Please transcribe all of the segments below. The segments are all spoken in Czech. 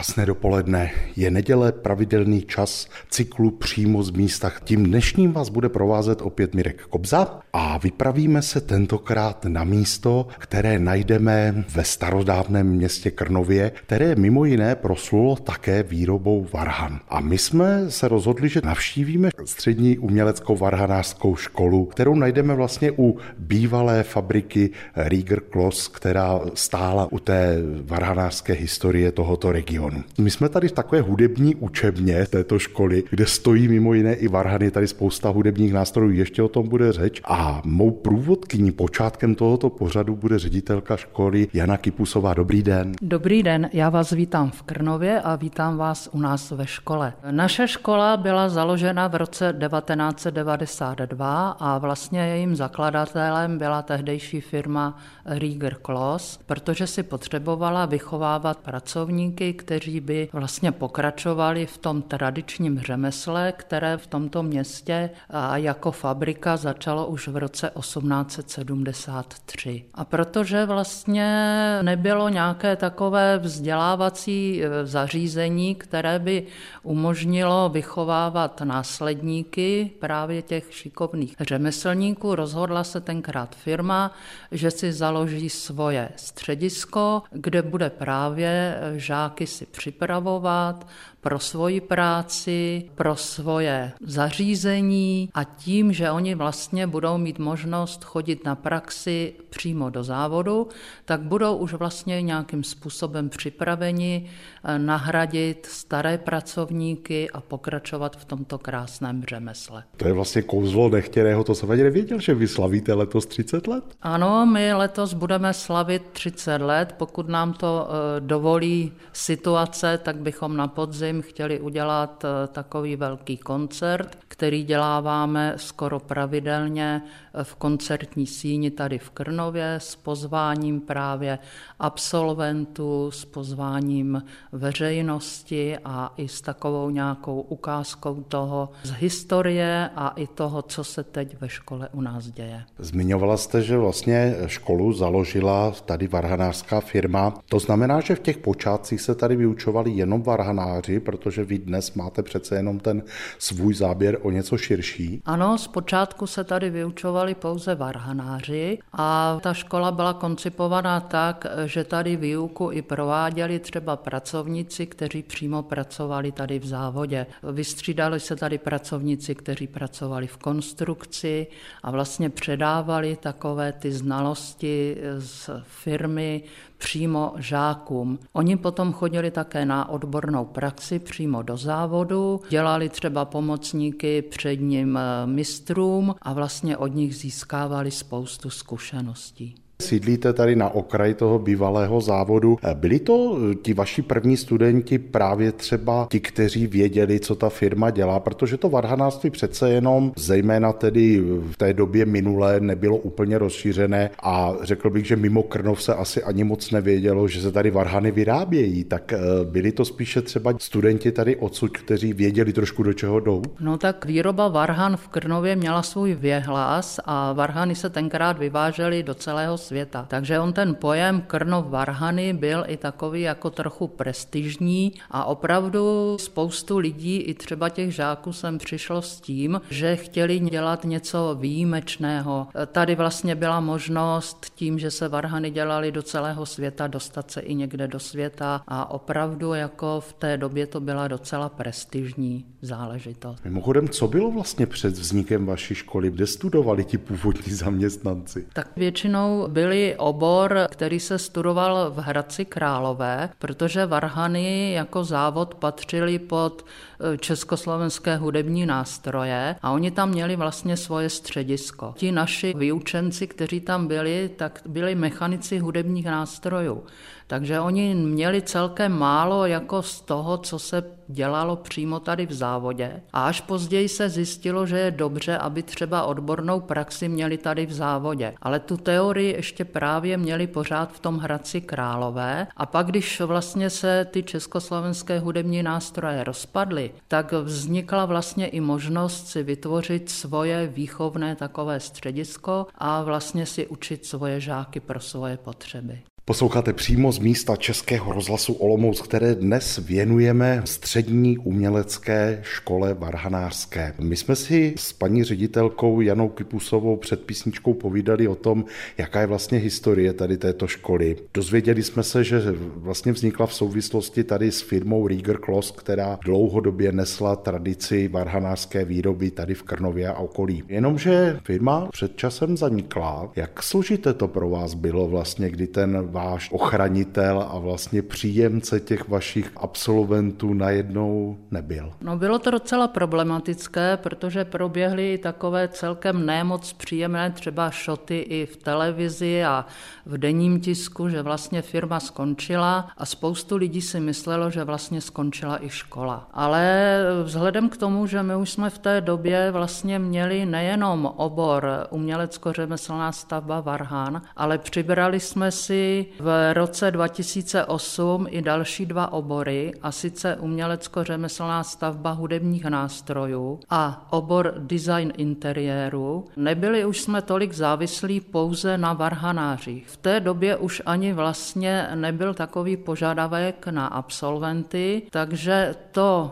Krásné dopoledne. Je neděle, pravidelný čas cyklu přímo z místa. Tím dnešním vás bude provázet opět Mirek Kobza a vypravíme se tentokrát na místo, které najdeme ve starodávném městě Krnově, které mimo jiné proslulo také výrobou varhan. A my jsme se rozhodli, že navštívíme střední uměleckou varhanářskou školu, kterou najdeme vlastně u bývalé fabriky Rieger Kloss, která stála u té varhanářské historie tohoto regionu. My jsme tady v takové hudební učebně této školy, kde stojí mimo jiné i varhany, tady spousta hudebních nástrojů, ještě o tom bude řeč. A mou průvodkyní počátkem tohoto pořadu bude ředitelka školy Jana Kypusová. Dobrý den. Dobrý den, já vás vítám v Krnově a vítám vás u nás ve škole. Naše škola byla založena v roce 1992 a vlastně jejím zakladatelem byla tehdejší firma Rieger Kloss, protože si potřebovala vychovávat pracovníky, kteří by vlastně pokračovali v tom tradičním řemesle, které v tomto městě a jako fabrika začalo už v roce 1873. A protože vlastně nebylo nějaké takové vzdělávací zařízení, které by umožnilo vychovávat následníky právě těch šikovných řemeslníků, rozhodla se tenkrát firma, že si založí svoje středisko, kde bude právě žáky si připravovat pro svoji práci, pro svoje zařízení a tím, že oni vlastně budou mít možnost chodit na praxi přímo do závodu, tak budou už vlastně nějakým způsobem připraveni nahradit staré pracovníky a pokračovat v tomto krásném řemesle. To je vlastně kouzlo nechtěného, to jsem ani nevěděl, že vy slavíte letos 30 let? Ano, my letos budeme slavit 30 let, pokud nám to dovolí situace, tak bychom na podzim chtěli udělat takový velký koncert, který děláváme skoro pravidelně v koncertní síni tady v Krnově s pozváním právě absolventů, s pozváním veřejnosti a i s takovou nějakou ukázkou toho z historie a i toho, co se teď ve škole u nás děje. Zmiňovala jste, že vlastně školu založila tady varhanářská firma. To znamená, že v těch počátcích se tady vyučovali jenom varhanáři, protože vy dnes máte přece jenom ten svůj záběr o něco širší. Ano, zpočátku se tady vyučovali pouze varhanáři a ta škola byla koncipovaná tak, že tady výuku i prováděli třeba pracovníci, kteří přímo pracovali tady v závodě. Vystřídali se tady pracovníci, kteří pracovali v konstrukci a vlastně předávali takové ty znalosti z firmy přímo žákům. Oni potom chodili také na odbornou praxi přímo do závodu, dělali třeba pomocníky předním mistrům a vlastně od nich získávali spoustu zkušeností. Sídlíte tady na okraji toho bývalého závodu. Byli to ti vaši první studenti právě třeba ti, kteří věděli, co ta firma dělá, protože to varhanářství přece jenom, zejména tedy v té době minulé, nebylo úplně rozšířené a řekl bych, že mimo Krnov se asi ani moc nevědělo, že se tady varhany vyrábějí. Tak byli to spíše třeba studenti tady odsud, kteří věděli trošku, do čeho jdou? No tak výroba varhan v Krnově měla svůj věhlas a varhany se tenkrát vyvážely do celého světa. Takže on ten pojem Krnov varhany byl i takový jako trochu prestižní a opravdu spoustu lidí, i třeba těch žáků sem přišlo s tím, že chtěli dělat něco výjimečného. Tady vlastně byla možnost tím, že se varhany dělaly do celého světa, dostat se i někde do světa a opravdu jako v té době to byla docela prestižní záležitost. Mimochodem, co bylo vlastně před vznikem vaší školy? Kde studovali ti původní zaměstnanci? Tak většinou byli obor, který se studoval v Hradci Králové, protože varhany jako závod patřily pod československé hudební nástroje a oni tam měli vlastně svoje středisko. Ti naši vyučenci, kteří tam byli, tak byli mechanici hudebních nástrojů. Takže oni měli celkem málo jako z toho, co se dělalo přímo tady v závodě. A až později se zjistilo, že je dobře, aby třeba odbornou praxi měli tady v závodě. Ale tu teorii ještě právě měli pořád v tom Hradci Králové. A pak, když vlastně se ty československé hudební nástroje rozpadly, tak vznikla vlastně i možnost si vytvořit svoje výchovné takové středisko a vlastně si učit svoje žáky pro svoje potřeby. Posloucháte přímo z místa Českého rozhlasu Olomouc, které dnes věnujeme střední umělecké škole varhanářské. My jsme si s paní ředitelkou Janou Kypusovou před písničkou povídali o tom, jaká je vlastně historie tady této školy. Dozvěděli jsme se, že vlastně vznikla v souvislosti tady s firmou Rieger Kloss, která dlouhodobě nesla tradici varhanářské výroby tady v Krnově a okolí. Jenomže firma před časem zanikla. Jak složité to pro vás bylo vlastně, kdy ten váš ochranitel a vlastně příjemce těch vašich absolventů najednou nebyl? No, bylo to docela problematické, protože proběhly takové celkem nemoc příjemné třeba šoty i v televizi a v denním tisku, že vlastně firma skončila a spoustu lidí si myslelo, že vlastně skončila i škola. Ale vzhledem k tomu, že my už jsme v té době vlastně měli nejenom obor umělecko-řemeslná stavba varhan, ale přibrali jsme si v roce 2008 i další 2 obory, a sice umělecko-řemeslná stavba hudebních nástrojů a obor design interiéru. Nebyli už jsme tolik závislí pouze na varhanářích. V té době už ani vlastně nebyl takový požadavek na absolventy, takže to,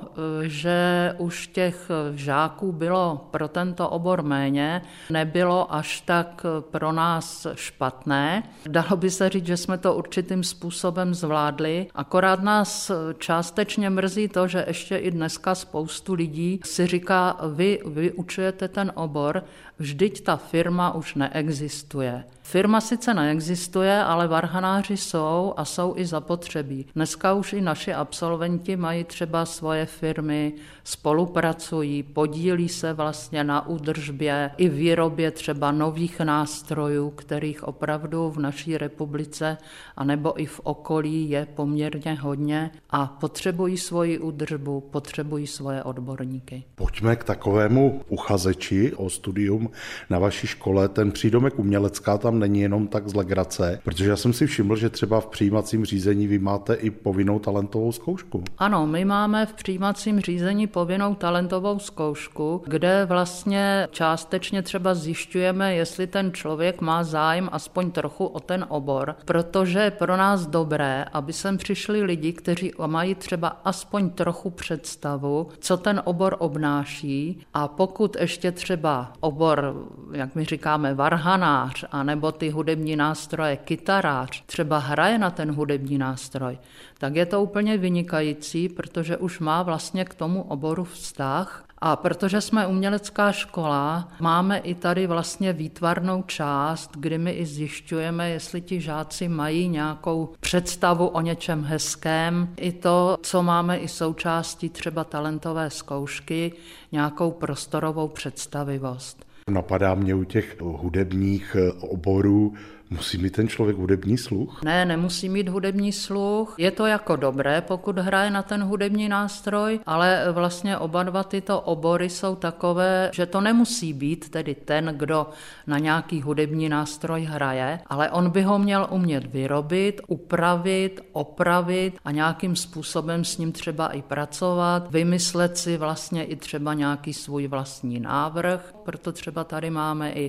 že už těch žáků bylo pro tento obor méně, nebylo až tak pro nás špatné. Dalo by se říct, že jsme to určitým způsobem zvládli, akorát nás částečně mrzí to, že ještě i dneska spoustu lidí si říká, vy vyučujete ten obor, vždyť ta firma už neexistuje. Firma sice neexistuje, ale varhanáři jsou a jsou i zapotřebí. Dneska už i naši absolventi mají třeba svoje firmy, spolupracují, podílí se vlastně na údržbě i výrobě třeba nových nástrojů, kterých opravdu v naší republice anebo i v okolí je poměrně hodně a potřebují svoji údržbu, potřebují svoje odborníky. Pojďme k takovému uchazeči o studium na vaší škole. Ten přídomek umělecká tam není jenom tak z legrace, protože já jsem si všiml, že třeba v přijímacím řízení vy máte i povinnou talentovou zkoušku. Ano, my máme v přijímacím řízení povinnou talentovou zkoušku, kde vlastně částečně třeba zjišťujeme, jestli ten člověk má zájem aspoň trochu o ten obor, protože je pro nás dobré, aby sem přišli lidi, kteří mají třeba aspoň trochu představu, co ten obor obnáší, a pokud ještě třeba obor, jak my říkáme, varhanář, anebo ty hudební nástroje, kytarář, třeba hraje na ten hudební nástroj, tak je to úplně vynikající, protože už má vlastně k tomu oboru vztah. A protože jsme umělecká škola, máme i tady vlastně výtvarnou část, kdy my i zjišťujeme, jestli ti žáci mají nějakou představu o něčem hezkém. I to, co máme i součástí třeba talentové zkoušky, nějakou prostorovou představivost. Napadá mě u těch hudebních oborů, musí mít ten člověk hudební sluch? Ne, nemusí mít hudební sluch. Je to jako dobré, pokud hraje na ten hudební nástroj, ale vlastně oba dva tyto obory jsou takové, že to nemusí být tedy ten, kdo na nějaký hudební nástroj hraje, ale on by ho měl umět vyrobit, upravit, opravit a nějakým způsobem s ním třeba i pracovat, vymyslet si vlastně i třeba nějaký svůj vlastní návrh. Proto třeba tady máme i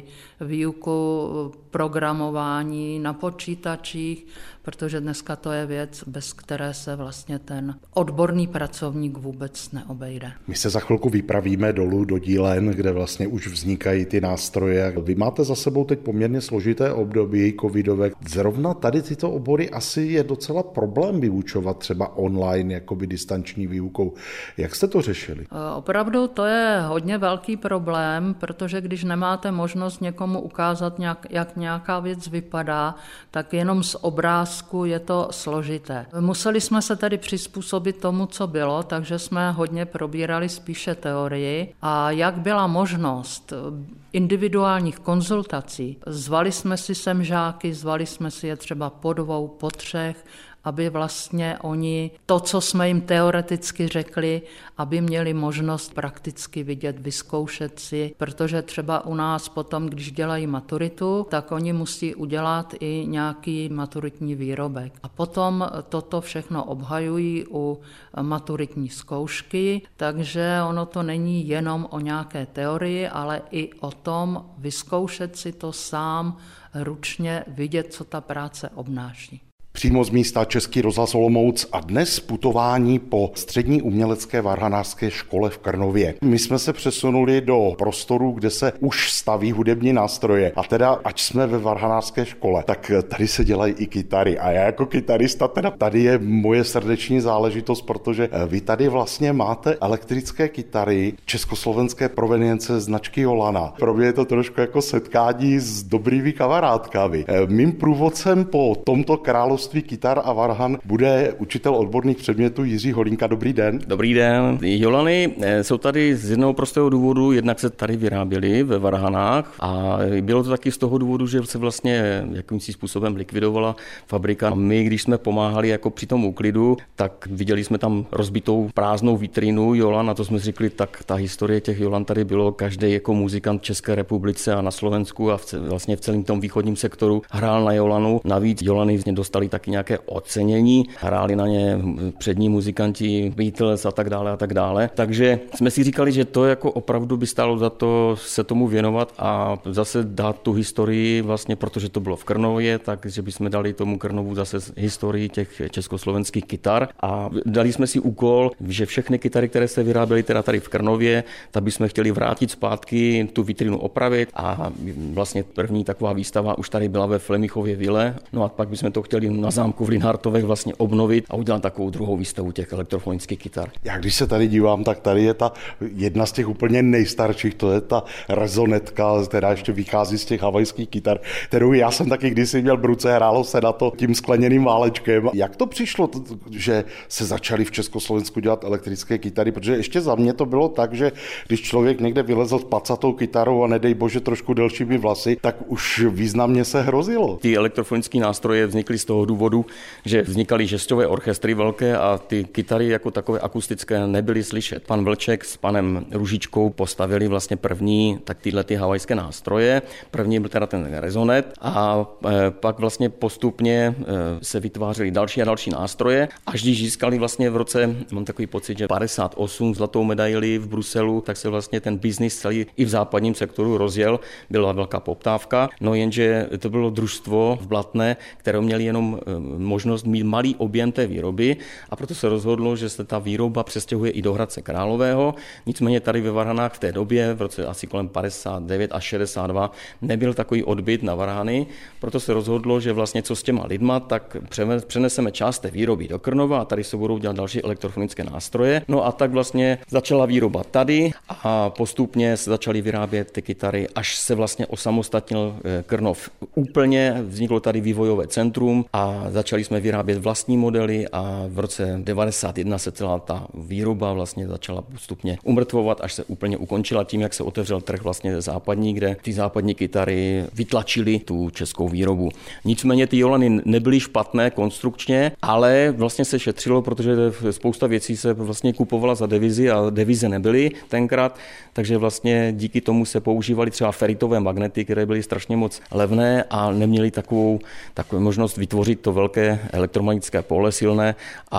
výuku programování na počítačích, protože dneska to je věc, bez které se vlastně ten odborný pracovník vůbec neobejde. My se za chvilku vypravíme dolů do dílen, kde vlastně už vznikají ty nástroje. Vy máte za sebou teď poměrně složité období covidové. Zrovna tady tyto obory asi je docela problém vyučovat třeba online, jakoby distanční výukou. Jak jste to řešili? Opravdu to je hodně velký problém, protože když nemáte možnost někomu ukázat, jak nějaká věc vypadá, tak jenom z obrázku je to složité. Museli jsme se tedy přizpůsobit tomu, co bylo, takže jsme hodně probírali spíše teorii a jak byla možnost individuálních konzultací. Zvali jsme si sem žáky, zvali jsme si je třeba po 2, po 3, aby vlastně oni to, co jsme jim teoreticky řekli, aby měli možnost prakticky vidět, vyzkoušet si, protože třeba u nás potom, když dělají maturitu, tak oni musí udělat i nějaký maturitní výrobek. A potom toto všechno obhajují u maturitní zkoušky, takže ono to není jenom o nějaké teorii, ale i o tom vyzkoušet si to sám ručně, vidět, co ta práce obnáší. přímo z místa Český rozhlas Olomouc a dnes putování po střední umělecké varhanářské škole v Krnově. My jsme se přesunuli do prostoru, kde se už staví hudební nástroje a teda ač jsme ve varhanářské škole, tak tady se dělají i kytary a já jako kytarista teda tady je moje srdeční záležitost, protože vy tady vlastně máte elektrické kytary československé provenience značky Jolana. Pro mě je to trošku jako setkání s dobrými kamarádkami. Mým průvodcem po tomto království kytar a varhan bude učitel odborných předmětů Jiří Holínka. Dobrý den. Dobrý den. Jolany jsou tady z jednoho prostého důvodu, jednak se tady vyráběly ve varhanách a bylo to taky z toho důvodu, že se vlastně jakýmsi způsobem likvidovala fabrika. A my, když jsme pomáhali jako při tom úklidu, tak viděli jsme tam rozbitou prázdnou vitrínu Jolan a to jsme si řekli, tak ta historie těch Jolan tady bylo, každý jako muzikant v České republice a na Slovensku a vlastně v celém tom východním sektoru hrál na Jolanu. Navíc Jolany z ně dostali taky nějaké ocenění, hráli na ně přední muzikanti Beatles a tak dále a tak dále. Takže jsme si říkali, že to jako opravdu by stálo za to se tomu věnovat a zase dát tu historii vlastně, protože to bylo v Krnově, takže bychom dali tomu Krnovu zase historii těch československých kytar a dali jsme si úkol, že všechny kytary, které se vyráběly teda tady v Krnově, tak bychom chtěli vrátit zpátky, tu vitrínu opravit a vlastně první taková výstava už tady byla ve Flemichově vile, no a pak bychom to chtěli na zámku v Linhartovech vlastně obnovit a udělat takovou druhou výstavu těch elektrofonických kytar. Já když se tady dívám, tak tady je ta jedna z těch úplně nejstarších, to je ta rezonetka, která ještě vychází z těch havajských kytar, kterou já jsem taky kdysi měl v ruce, hrálo se na to tím skleněným válečkem. Jak to přišlo, že se začaly v Československu dělat elektrické kytary, protože ještě za mě to bylo tak, že když člověk někde vylezl s pacatou kytarou a nedej bože trošku delšími vlasy, tak už významně se hrozilo. Ty elektrofonické nástroje vznikly z toho důvodu, že vznikaly žesťové orchestry velké a ty kytary jako takové akustické nebyly slyšet. Pan Vlček s panem Růžičkou postavili vlastně první tak tyhle ty havajské nástroje. První byl teda ten rezonet a pak vlastně postupně se vytvářely další a další nástroje, až když získali vlastně v roce, mám takový pocit, že 58 zlatou medaili v Bruselu, tak se vlastně ten biznis celý i v západním sektoru rozjel, byla velká poptávka, no jenže to bylo družstvo v Blatné, které měli jenom možnost mít malý objem té výroby a proto se rozhodlo, že se ta výroba přestěhuje i do Hradce Králového. Nicméně tady ve varhanách v té době, v roce asi kolem 59 až 62, nebyl takový odbyt na varhany, proto se rozhodlo, že vlastně co s těma lidma, tak přeneseme část té výroby do Krnova a tady se budou dělat další elektrofonické nástroje. No a tak vlastně začala výroba tady a postupně se začaly vyrábět ty kytary, až se vlastně osamostatnil Krnov úplně, vzniklo tady vývojové centrum a začali jsme vyrábět vlastní modely a v roce 91 se celá ta výroba vlastně začala postupně umrtvovat, až se úplně ukončila tím, jak se otevřel trh vlastně západní, kde ty západní kytary vytlačily tu českou výrobu. Nicméně ty Jolany nebyly špatné konstrukčně, ale vlastně se šetřilo, protože spousta věcí se vlastně kupovala za devizy a devize nebyly tenkrát, takže vlastně díky tomu se používaly třeba feritové magnety, které byly strašně moc levné a neměly takovou možnost vytvořit to velké elektromagnetické pole silné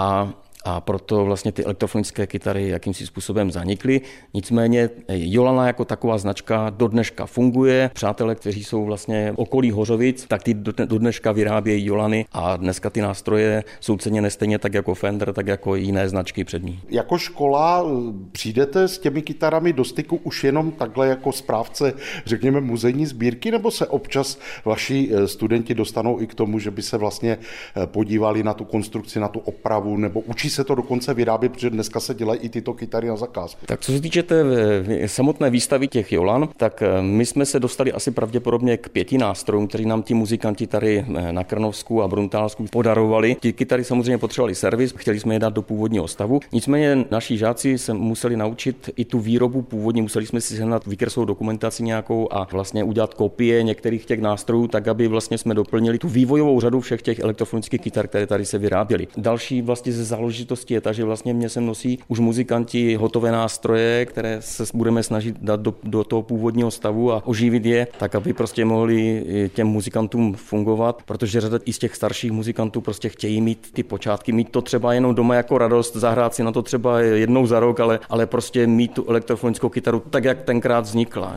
a proto vlastně ty elektrofonické kytary jakýmsi způsobem zanikly. Nicméně Jolana jako taková značka do dneška funguje. Přátelé, kteří jsou vlastně okolí Hořovic, tak ty do dneška vyrábějí Jolany a dneska ty nástroje jsou ceněné stejně tak jako Fender, tak jako jiné značky přední. Jako škola přijdete s těmi kytarami do styku už jenom takhle jako správce, řekněme, muzejní sbírky, nebo se občas vaši studenti dostanou i k tomu, že by se vlastně podívali na tu konstrukci, na tu opravu, nebo učí se to dokonce vyrábět, protože dneska se dělají i tyto kytary na zakázku. Tak co se týče té samotné výstavy těch Jolan, tak my jsme se dostali asi pravděpodobně k 5 nástrojům, kteří nám ti muzikanti tady na Krnovsku a Bruntálsku podarovali. Ti kytary samozřejmě potřebovali servis, chtěli jsme je dát do původního stavu. Nicméně naši žáci se museli naučit i tu výrobu původní, museli jsme si sehnat výkresovou dokumentaci nějakou a vlastně udělat kopie některých těch nástrojů, tak aby vlastně jsme doplnili tu vývojovou řadu všech těch elektrofonických kytar, které tady se vyráběly. Další vlastně ze záležitosti je ta, že vlastně mě sem nosí už muzikanti hotové nástroje, které se budeme snažit dát do toho původního stavu a oživit je, tak aby prostě mohli těm muzikantům fungovat, protože řada i z těch starších muzikantů prostě chtějí mít ty počátky, mít to třeba jenom doma jako radost, zahrát si na to třeba jednou za rok, ale prostě mít tu elektrofonickou kytaru tak, jak tenkrát vznikla. Jo.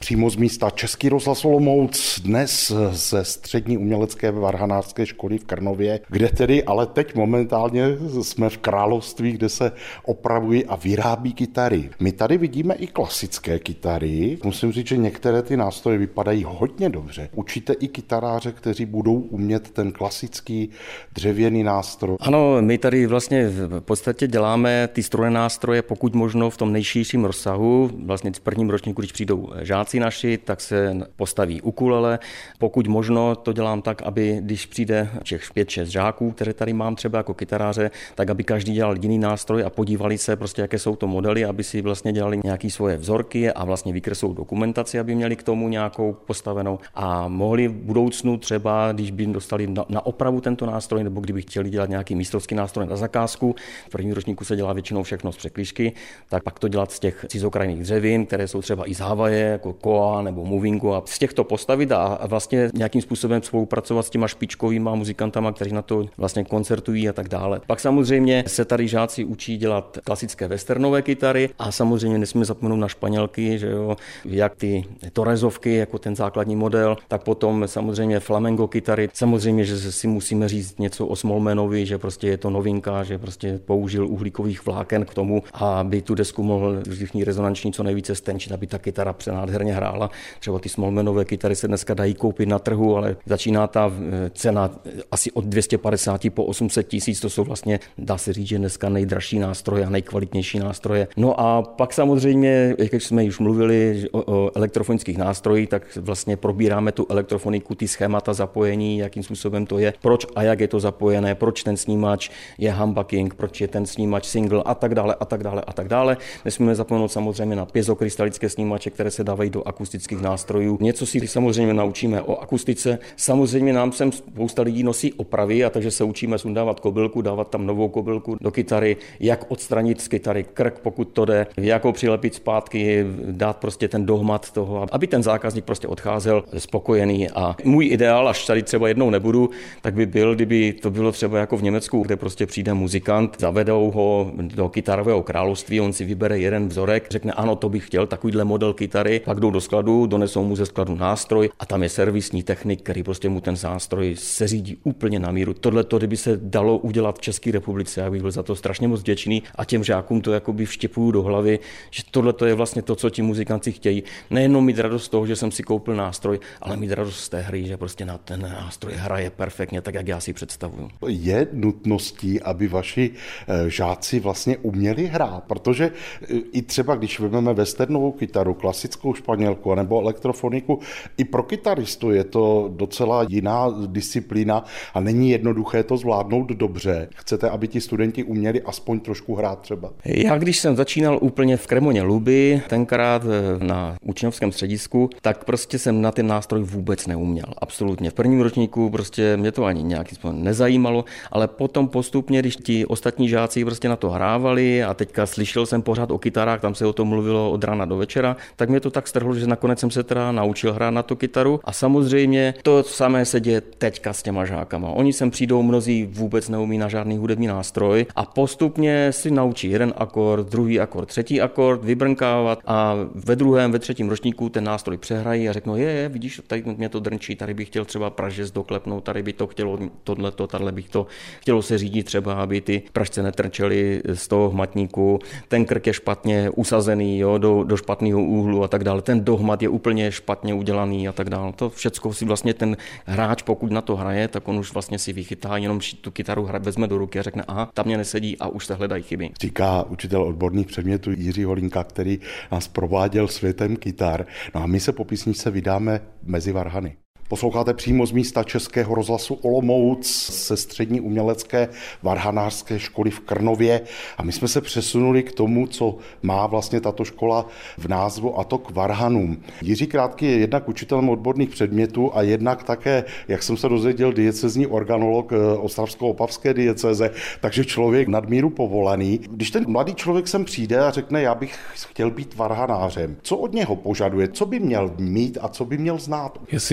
přímo z místa Český rozhlas Olomouc, dnes ze střední umělecké varhanářské školy v Krnově, kde tedy ale teď momentálně jsme v království, kde se opravují a vyrábí kytary. My tady vidíme i klasické kytary. Musím říct, že některé ty nástroje vypadají hodně dobře. Učíte i kytaráře, kteří budou umět ten klasický dřevěný nástroj? Ano, my tady vlastně v podstatě děláme ty strojné nástroje pokud možno v tom nejširším rozsahu. Vlastně v prvním ročníku, když přijdou žáci naši, tak se postaví ukulele. Pokud možno to dělám tak, aby když přijde těch 5-6 žáků, které tady mám třeba jako kytaráře, tak aby každý dělal jiný nástroj a podívali se prostě, jaké jsou to modely, aby si vlastně dělali nějaké svoje vzorky a vlastně vykreslou dokumentaci, aby měli k tomu nějakou postavenou a mohli v budoucnu třeba, když by dostali na opravu tento nástroj, nebo kdyby chtěli dělat nějaký mistrovský nástroj na zakázku. V prvním ročníku se dělá většinou všechno z překližky, tak pak to dělat z těch cizokrajných dřevin, které jsou třeba i z Havaje, jako koa nebo movingu a z těchto postavit a vlastně nějakým způsobem spolupracovat s těma špičkovýma muzikantama, kteří na to vlastně koncertují a tak dále. Pak samozřejmě se tady žáci učí dělat klasické westernové kytary a samozřejmě nesmíme zapomenout na španělky, že jo, jak ty torezovky, jako ten základní model, tak potom samozřejmě flamengo kytary. Samozřejmě, že si musíme říct něco o Smallmanovi, že prostě je to novinka, že prostě použil uhlíkových vláken k tomu, aby tu desku mohl všichni rezonanční co nejvíce stenčit, aby ta kytara přenádherně hrála. Třeba ty Smallmanové kytary se dneska dají koupit na trhu, ale začíná ta cena asi od 250 po 800 tisíc, to jsou vlastně, dá se říct, že dneska nejdražší nástroje a nejkvalitnější nástroje. No a pak samozřejmě, jak jsme už mluvili o elektrofonických nástrojích, tak vlastně probíráme tu elektrofoniku, ty schémata zapojení, jakým způsobem to je, proč a jak je to zapojené, proč ten snímač je humbucking, proč je ten snímač single a tak dále a tak dále a tak dále. Nesmíme zapomenout samozřejmě na piezokrystalické snímače, které se dávají do akustických nástrojů. Něco si samozřejmě naučíme o akustice. Samozřejmě nám sem spousta lidí nosí opravy, a takže se učíme sundávat kobylku, dávat tam novou kobylku do kytary, jak odstranit z kytary krk, pokud to jde, jak ho přilepit zpátky, dát prostě ten dohmat toho, aby ten zákazník prostě odcházel spokojený. A můj ideál, až tady třeba jednou nebudu, tak by byl, kdyby to bylo třeba jako v Německu, kde prostě přijde muzikant, zavedou ho do kytarového království, on si vybere jeden vzorek, řekne ano, to bych chtěl, takovýhle model kytary, pak jdou do skladu, donesou mu ze skladu nástroj a tam je servisní technik, který prostě mu ten nástroj seřídí úplně na míru. Tohle to, kdyby se dalo udělat v České republice, já bych byl za to strašně moc vděčný a těm žákům to jakoby vštěpuju do hlavy, že tohle to je vlastně to, co ti muzikanti chtějí. Nejenom mít radost z toho, že jsem si koupil nástroj, ale mít radost z té hry, že prostě na ten nástroj hraje perfektně, tak jak já si představuju. Je nutností, aby vaši žáci vlastně uměli hrát, protože i třeba když vezmeme westernovou kytaru, klasickou španělku nebo elektrofoniku, i pro kytaristu je to docela jiná disciplína a není jednoduché to zvládnout dobře. Chcete, aby ti studenti uměli aspoň trošku hrát třeba? Já když jsem začínal úplně v Kremoně Luby, tenkrát na učňovském středisku, tak prostě jsem na ten nástroj vůbec neuměl. Absolutně. V prvním ročníku prostě mě to ani nějakým způsobem nezajímalo, ale potom postupně, když ti ostatní žáci prostě na to hrávali a teďka slyšel jsem pořád o kytarách, tam se o tom mluvilo od rána do večera, tak mě to tak strhlo, že nakonec jsem se teda naučil hrát na tu kytaru a samozřejmě to samé se děje teďka s těma žákama. Oni sem přijdou, mnozí vůbec neumí na žádný hudební nástroj a postupně si naučí jeden akord, druhý akord, třetí akord, vybrnkávat a ve druhém, ve třetím ročníku ten nástroj přehrají a řeknou, vidíš, tady mě to drnčí, tady bych chtěl třeba pražec doklepnout, tady by to chtělo tohleto, tady bych to chtělo se řídit třeba, aby ty pražce netrčely z toho hmatníku, ten krk je špatně usazený, jo, do špatného úhlu a tak dále, ten dohmat je úplně špatně udělaný a tak dále. To všecko si vlastně ten hráč, pokud na to hraje, tak on už vlastně si vychytá, jenom tu kytaru vezme do ruky a řekne, aha, tam mě nesedí a už se hledají chyby. Říká učitel odborných předmětů Jiří Holínka, který nás prováděl světem kytar. No a my se po písničce vydáme mezi varhany. Posloucháte přímo z místa Českého rozhlasu Olomouc ze střední umělecké varhanářské školy v Krnově a my jsme se přesunuli k tomu, co má vlastně tato škola v názvu, a to k varhanům. Jiří Krátký je jednak učitelem odborných předmětů a jednak také, jak jsem se dozvěděl, diecezní organolog ostravsko-opavské diecéze, takže člověk nadmíru povolaný. Když ten mladý člověk sem přijde a řekne, já bych chtěl být varhanářem, co od něho požaduje, co by měl mít a co by měl znát? Já si myslím, že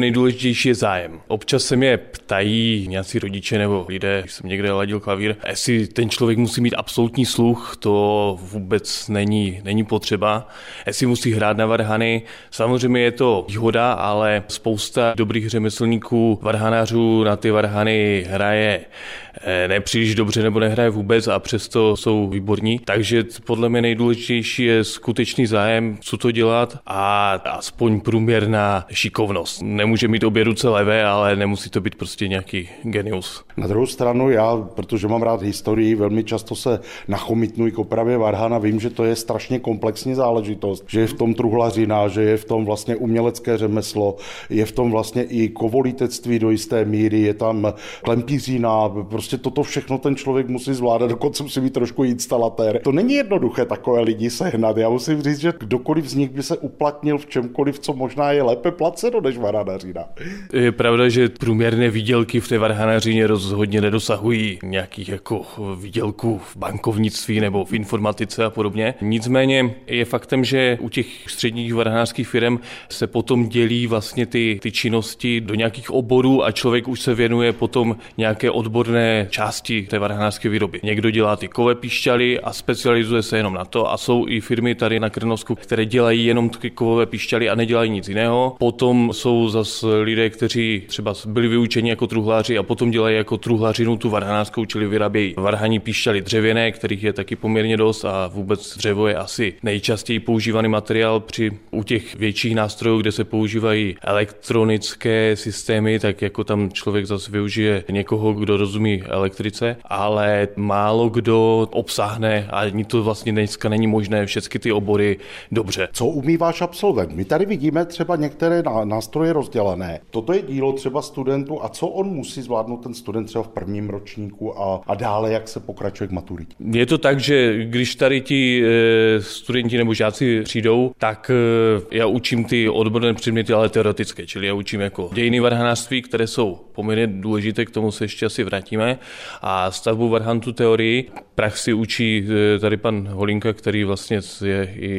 nejdůležitější je zájem. Občas se mě ptají nějací rodiče nebo lidé, když jsem někde ladil klavír, jestli ten člověk musí mít absolutní sluch, to vůbec není potřeba. Jestli musí hrát na varhany, samozřejmě je to výhoda, ale spousta dobrých řemeslníků, varhanářů na ty varhany hraje nepříliš dobře nebo nehraje vůbec a přesto jsou výborní. Takže podle mě nejdůležitější je skutečný zájem, co to dělat a aspoň průměrná šikovnost. Nemůže mít obě ruce levé, ale nemusí to být prostě nějaký genius. Na druhou stranu já, protože mám rád historii, velmi často se nachomítnuji k opravě varhana, vím, že to je strašně komplexní záležitost, že je v tom truhlařina, že je v tom vlastně umělecké řemeslo, je v tom vlastně i kovolítectví do jisté míry, je tam klempířina, prostě toto všechno ten člověk musí zvládat, dokonce musí být trošku instalatér. To není jednoduché takové lidi sehnat. Já musím říct, že kdokoliv z nich by se uplatnil v čemkoliv, co možná je lépe placeno než varhanařina. Je pravda, že průměrné výdělky v té varhanařině rozhodně nedosahují nějakých jako výdělků v bankovnictví nebo v informatice a podobně. Nicméně je faktem, že u těch středních varhanářských firm se potom dělí vlastně ty činnosti do nějakých oborů a člověk už se věnuje potom nějaké odborné části té varhanářské výroby. Někdo dělá ty kové píšťaly a specializuje se jenom na to a jsou i firmy tady na Krnovsku, které dělají jenom ty kovové píšťaly a nedělají nic jiného. Potom jsou zase lidé, kteří třeba byli vyučeni jako truhláři a potom dělají jako truhlařinu tu varhanářskou, čili vyrábějí varhaní píšťaly dřevěné, kterých je taky poměrně dost a vůbec dřevo je asi nejčastěji používaný materiál u těch větších nástrojů, kde se používají elektronické systémy, tak jako tam člověk zase využije někoho, kdo rozumí elektrice, ale málo kdo obsáhne a ani to vlastně dneska není možné všechny ty obory dobře. Co umí váš absolvent? My tady vidíme třeba některé nástroje rozdělené. Toto je dílo třeba studentů a co on musí zvládnout ten student třeba v prvním ročníku a dále, jak se pokračuje k maturitě? Je to tak, že když tady ti studenti nebo žáci přijdou, tak já učím ty odborné předměty, ale teoretické, čili já učím jako dějiny varhanářství, které jsou poměrně důležité, k tomu se ještě asi vrátíme, a stavbu varhan tu teorii. Praxi učí tady pan Holinka, který vlastně je i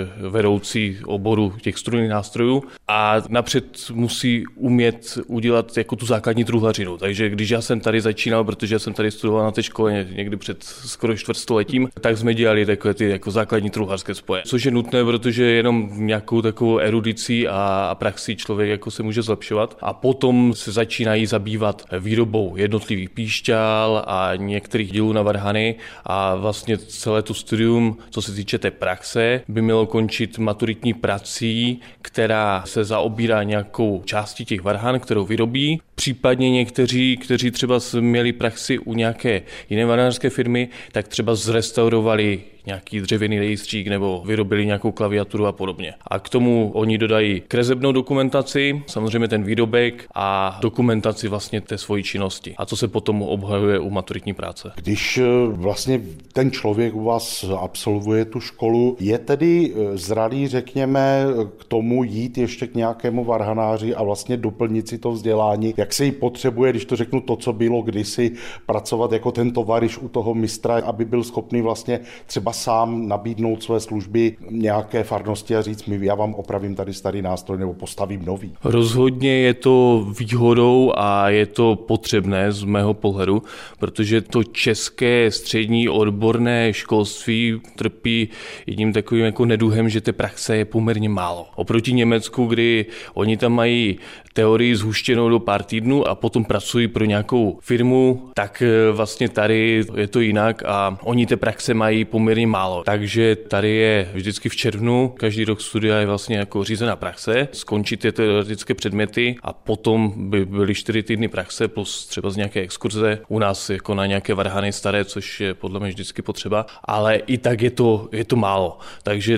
vedoucí oboru těch strunných nástrojů a napřed musí umět udělat jako tu základní truhlařinu. Takže když já jsem tady začínal, protože já jsem tady studoval na té škole někdy před skoro čtvrtstoletím, tak jsme dělali takové ty jako základní truhlářské spoje. Což je nutné, protože jenom nějakou takovou erudicí a praxi člověk jako se může zlepšovat a potom se začínají zabývat výrobou jednotlivých píšťal a některých dílů na varhany a vlastně celé to studium, co se týče té praxe, by mělo končit maturitní prací, která se zaobírá nějakou částí těch varhan, kterou vyrobí. Případně někteří, kteří třeba měli praxi u nějaké jiné varhanářské firmy, tak třeba zrestaurovali nějaký dřevěný rejstřík nebo vyrobili nějakou klaviaturu a podobně. A k tomu oni dodají kresebnou dokumentaci, samozřejmě ten výrobek a dokumentaci vlastně té svojí činnosti. A co se potom obhajuje u maturitní práce. Když vlastně ten člověk u vás absolvuje tu školu, je tedy zralý, řekněme, k tomu jít ještě k nějakému varhanáři a vlastně doplnit si to vzdělání, jak se jí potřebuje, když to řeknu to, co bylo kdysi, pracovat jako ten tovariš u toho mistra, aby byl schopný vlastně třeba sám nabídnout své služby nějaké farnosti a říct mi, já vám opravím tady starý nástroj nebo postavím nový. Rozhodně je to výhodou a je to potřebné z mého pohledu, protože to české střední odborné školství trpí jedním takovým jako neduhem, že té praxe je poměrně málo. Oproti Německu, kdy oni tam mají teorii zhuštěnou do pár týdnů a potom pracují pro nějakou firmu, tak vlastně tady je to jinak a oni té praxe mají poměrně málo. Takže tady je vždycky v červnu, každý rok studia je vlastně jako řízená praxe, skončí ty teoretické předměty a potom by byly 4 týdny praxe plus třeba z nějaké exkurze u nás jako na nějaké varhany staré, což je podle mě vždycky potřeba, ale i tak je to málo. Takže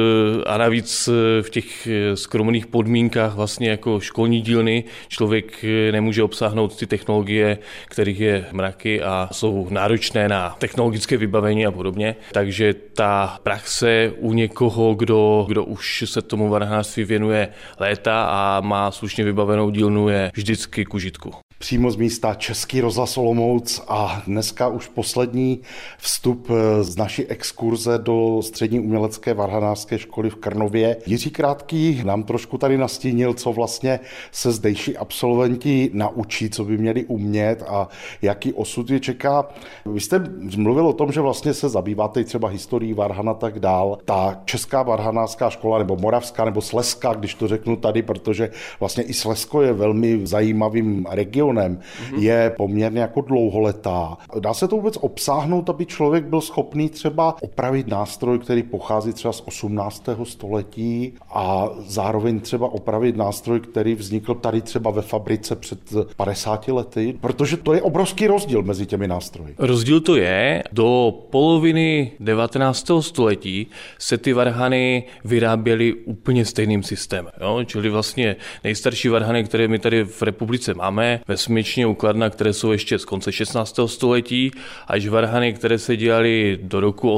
a navíc v těch skromných podmínkách vlastně jako školní dílny člověk nemůže obsáhnout ty technologie, kterých je mraky a jsou náročné na technologické vybavení a podobně. Takže ta praxe u někoho, kdo už se tomu varhanářství věnuje léta a má slušně vybavenou dílnu, je vždycky k užitku. Přímo z místa Český rozhlas Olomouc a dneska už poslední vstup z naší exkurze do střední umělecké varhanářské školy v Krnově. Jiří Krátký nám trošku tady nastínil, co vlastně se zdejší absolventi naučí, co by měli umět a jaký osud je čeká. Vy jste mluvil o tom, že vlastně se zabýváte třeba historií varhan a tak dál. Ta česká varhanářská škola, nebo moravská, nebo slezská, když to řeknu tady, protože vlastně i Slezsko je velmi zajímavým regionem, je poměrně jako dlouholetá. Dá se to vůbec obsáhnout, aby člověk byl schopný třeba opravit nástroj, který pochází třeba z 18. století a zároveň třeba opravit nástroj, který vznikl tady třeba ve fabrice před 50 lety? Protože to je obrovský rozdíl mezi těmi nástroji. Rozdíl to je. Do poloviny 19. století se ty varhany vyráběly úplně stejným systémem. Jo? Čili vlastně nejstarší varhany, které my tady v republice máme, ve Smyčně u Kladna, které jsou ještě z konce 16. století, až varhany, které se dělaly do roku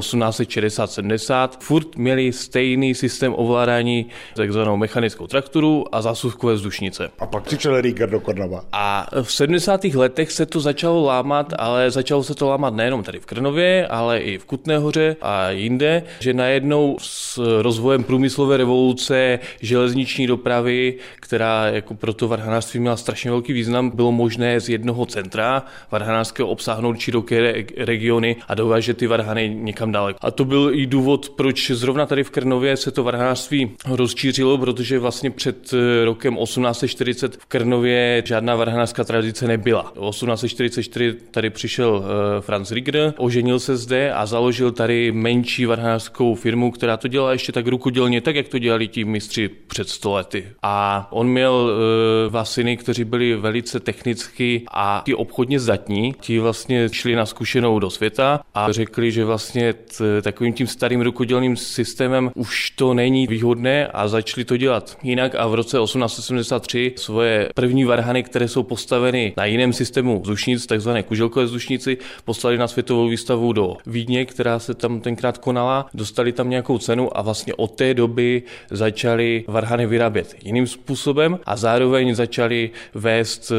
1860-70, furt měly stejný systém ovládání, takzvanou mechanickou trakturu a zásuvkové vzdušnice. A pak přišel Rieger do Krnova. A v 70. letech se to začalo lámat, ale začalo se to lámat nejenom tady v Krnově, ale i v Kutné Hoře a jinde, že najednou s rozvojem průmyslové revoluce, železniční dopravy, která jako pro to varhanářství měla strašně velký význam, bylo možné z jednoho centra varhanářského obsáhnout široké regiony a dovážet ty varhany někam daleko. A to byl i důvod, proč zrovna tady v Krnově se to varhanářství rozšířilo, protože vlastně před rokem 1840 v Krnově žádná varhanářská tradice nebyla. V 1844 tady přišel Franz Rieger, oženil se zde a založil tady menší varhanářskou firmu, která to dělala ještě tak rukodělně, tak jak to dělali ti mistři před 100 lety. A on měl dva syny, kteří byli velice technicky a ti obchodně zdatní. Ti vlastně šli na zkušenou do světa a řekli, že vlastně takovým tím starým rukodělným systémem už to není výhodné a začali to dělat jinak a v roce 1873 svoje první varhany, které jsou postaveny na jiném systému vzdušnic, takzvané kuželkové vzdušnici, poslali na světovou výstavu do Vídně, která se tam tenkrát konala, dostali tam nějakou cenu a vlastně od té doby začali varhany vyrábět jiným způsobem a zároveň začali vést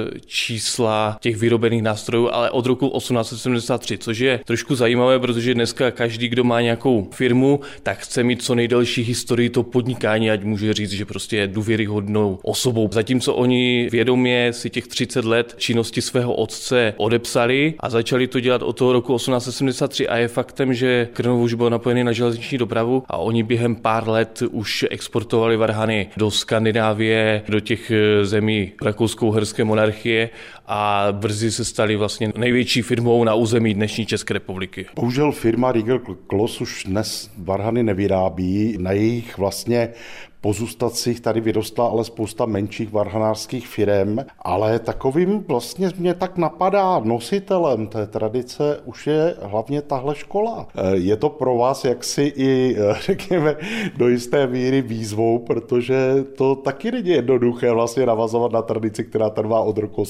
čísla těch vyrobených nástrojů, ale od roku 1873, což je trošku zajímavé, protože dneska každý, kdo má nějakou firmu, tak chce mít co nejdelší historii to podnikání, ať může říct, že prostě je důvěryhodnou osobou. Zatímco oni vědomě si těch 30 let činnosti svého otce odepsali a začali to dělat od toho roku 1873 a je faktem, že Krnov už byl napojený na železniční dopravu a oni během pár let už exportovali varhany do Skandinávie, do těch zemí rakousko-uherské monarchie a brzy se stali vlastně největší firmou na území dnešní České republiky. Bohužel firma Rieger Kloss už dnes varhany nevyrábí, na jejich vlastně pozůstatcích tady vyrostla ale spousta menších varhanářských firem, ale takovým vlastně mě tak napadá nositelem té tradice už je hlavně tahle škola. Je to pro vás jaksi i, řekněme, do jisté míry výzvou, protože to taky není jednoduché vlastně navazovat na tradici, která trvá od roku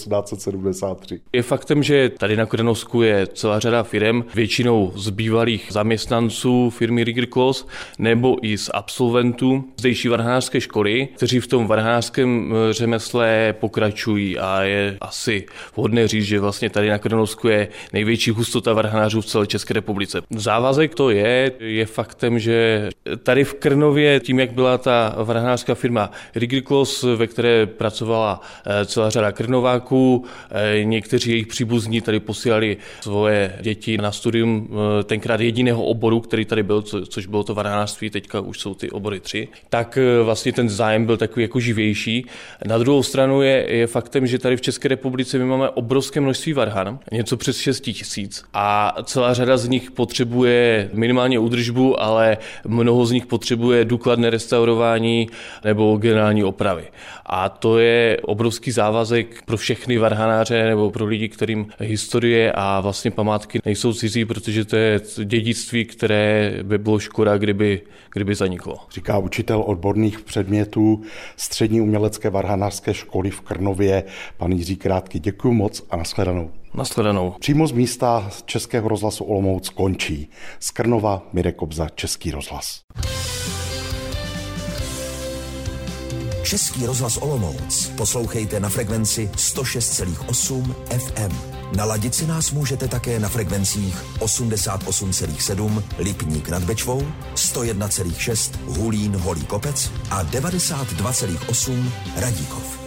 1873. Je faktem, že tady na Krnovsku je celá řada firem, většinou z bývalých zaměstnanců firmy Rieger Kloss nebo i z absolventů zdejší varhanářské školy, kteří v tom varhanářském řemesle pokračují a je asi vhodné říct, že vlastně tady na Krnovsku je největší hustota varhanářů v celé České republice. Závazek to je faktem, že tady v Krnově, tím jak byla ta varhanářská firma Rieger Kloss, ve které pracovala celá řada Krnováků, někteří jejich příbuzní tady posílali svoje děti na studium tenkrát jediného oboru, který tady byl, což bylo to varhanářství, teďka už jsou ty obory 3, tak vlastně ten zájem byl takový jako živější. Na druhou stranu je faktem, že tady v České republice my máme obrovské množství varhan, něco přes 6 000 a celá řada z nich potřebuje minimálně údržbu, ale mnoho z nich potřebuje důkladné restaurování nebo generální opravy. A to je obrovský závazek pro všechny varhanáře nebo pro lidi, kterým historie a vlastně památky nejsou cizí, protože to je dědictví, které by bylo škoda, kdyby zaniklo. Říká učitel odborných předmětů Střední umělecké varhanářské školy v Krnově, pan Jiří Krátký. Děkuji moc a nashledanou. Nashledanou. Přímo z místa Českého rozhlasu Olomouc končí. Z Krnova Mirek Kobza, Český rozhlas. Český rozhlas Olomouc poslouchejte na frekvenci 106,8 FM. Naladit si nás můžete také na frekvencích 88,7 Lipník nad Bečvou, 101,6 Hulín Holý Kopec a 92,8 Radíkov.